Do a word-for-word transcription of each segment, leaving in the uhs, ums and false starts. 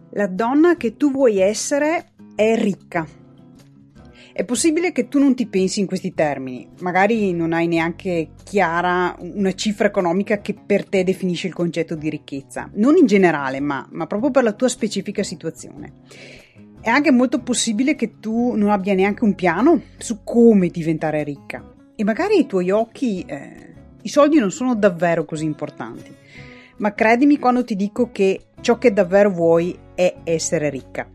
La donna che tu vuoi essere è ricca. È possibile che tu non ti pensi in questi termini, magari non hai neanche chiara una cifra economica che per te definisce il concetto di ricchezza, non in generale, ma, ma proprio per la tua specifica situazione. È anche molto possibile che tu non abbia neanche un piano su come diventare ricca e magari ai tuoi occhi eh, i soldi non sono davvero così importanti, ma credimi quando ti dico che ciò che davvero vuoi è essere ricca.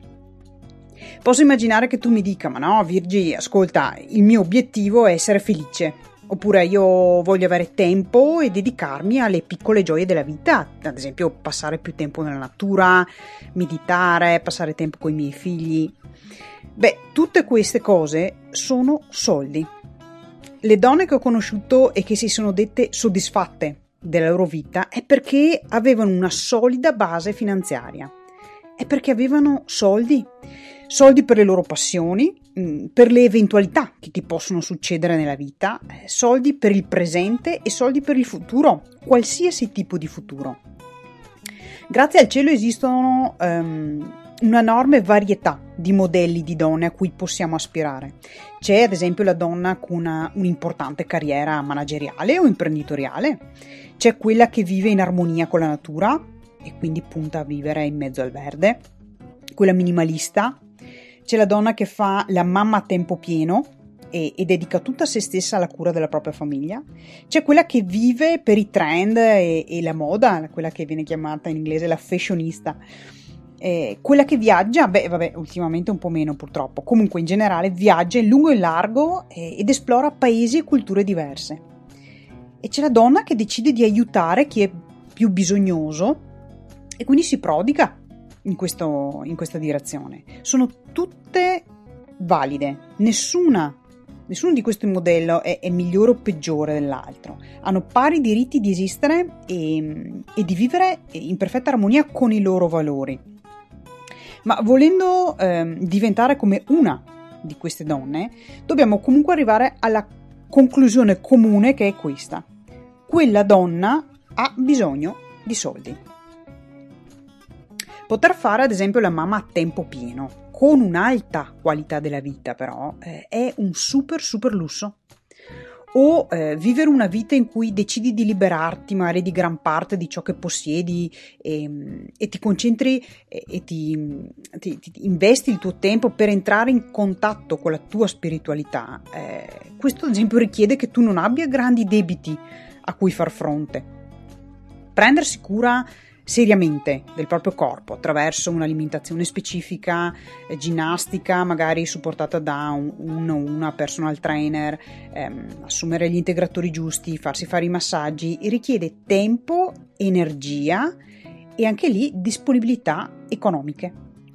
Posso immaginare che tu mi dica, ma no Virgi, ascolta, il mio obiettivo è essere felice, oppure io voglio avere tempo e dedicarmi alle piccole gioie della vita, ad esempio passare più tempo nella natura, meditare, passare tempo con i miei figli. Beh, tutte queste cose sono soldi. Le donne che ho conosciuto e che si sono dette soddisfatte della loro vita è perché avevano una solida base finanziaria, è perché avevano soldi. Soldi per le loro passioni, per le eventualità che ti possono succedere nella vita, soldi per il presente e soldi per il futuro, qualsiasi tipo di futuro. Grazie al cielo esistono um, un'enorme varietà di modelli di donne a cui possiamo aspirare. C'è ad esempio la donna con una, un'importante carriera manageriale o imprenditoriale, c'è quella che vive in armonia con la natura e quindi punta a vivere in mezzo al verde, quella minimalista. C'è la donna che fa la mamma a tempo pieno e, e dedica tutta se stessa alla cura della propria famiglia. C'è quella che vive per i trend e, e la moda, quella che viene chiamata in inglese la fashionista. Eh, quella che viaggia, beh vabbè, ultimamente un po' meno purtroppo, comunque in generale viaggia in lungo e in largo eh, ed esplora paesi e culture diverse. E c'è la donna che decide di aiutare chi è più bisognoso e quindi si prodiga in, questo, in questa direzione. Sono tutte valide, nessuna, nessuno di questi modelli è, è migliore o peggiore dell'altro, hanno pari diritti di esistere e, e di vivere in perfetta armonia con i loro valori. Ma volendo eh, diventare come una di queste donne, dobbiamo comunque arrivare alla conclusione comune che è questa: quella donna ha bisogno di soldi. Poter fare ad esempio la mamma a tempo pieno, con un'alta qualità della vita però, eh, è un super super lusso. O eh, vivere una vita in cui decidi di liberarti magari di gran parte di ciò che possiedi e, e ti concentri e, e ti, ti, ti investi il tuo tempo per entrare in contatto con la tua spiritualità. Eh, questo ad esempio richiede che tu non abbia grandi debiti a cui far fronte. Prendersi cura seriamente del proprio corpo attraverso un'alimentazione specifica, eh, ginnastica magari supportata da un, un, una personal trainer, ehm, assumere gli integratori giusti, farsi fare i massaggi, richiede tempo, energia e anche lì disponibilità economiche.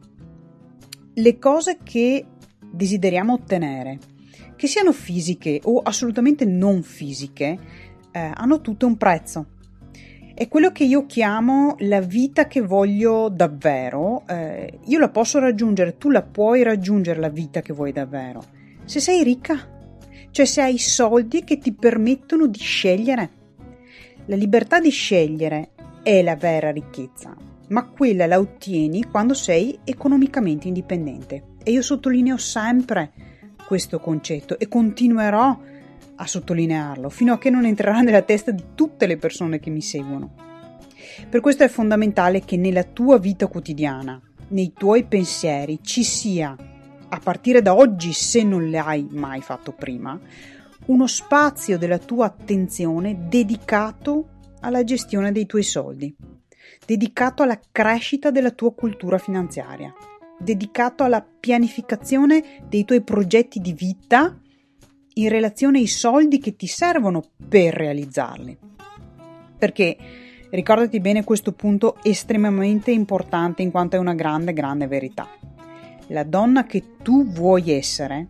Le cose che desideriamo ottenere, che siano fisiche o assolutamente non fisiche, eh, hanno tutto un prezzo. È quello che io chiamo la vita che voglio davvero. Eh, io la posso raggiungere, tu la puoi raggiungere la vita che vuoi davvero se sei ricca, cioè se hai soldi che ti permettono di scegliere. La libertà di scegliere è la vera ricchezza, ma quella la ottieni quando sei economicamente indipendente. E io sottolineo sempre questo concetto e continuerò a sottolinearlo fino a che non entrerà nella testa di tutte le persone che mi seguono. Per questo è fondamentale che nella tua vita quotidiana, nei tuoi pensieri, ci sia, a partire da oggi se non l'hai mai fatto prima, uno spazio della tua attenzione dedicato alla gestione dei tuoi soldi, dedicato alla crescita della tua cultura finanziaria, dedicato alla pianificazione dei tuoi progetti di vita in relazione ai soldi che ti servono per realizzarli. Perché ricordati bene questo punto estremamente importante in quanto è una grande grande verità. La donna che tu vuoi essere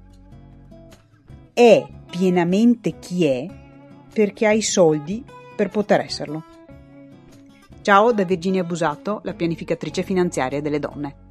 è pienamente chi è perché ha i soldi per poter esserlo. Ciao da Virginia Busato, la pianificatrice finanziaria delle donne.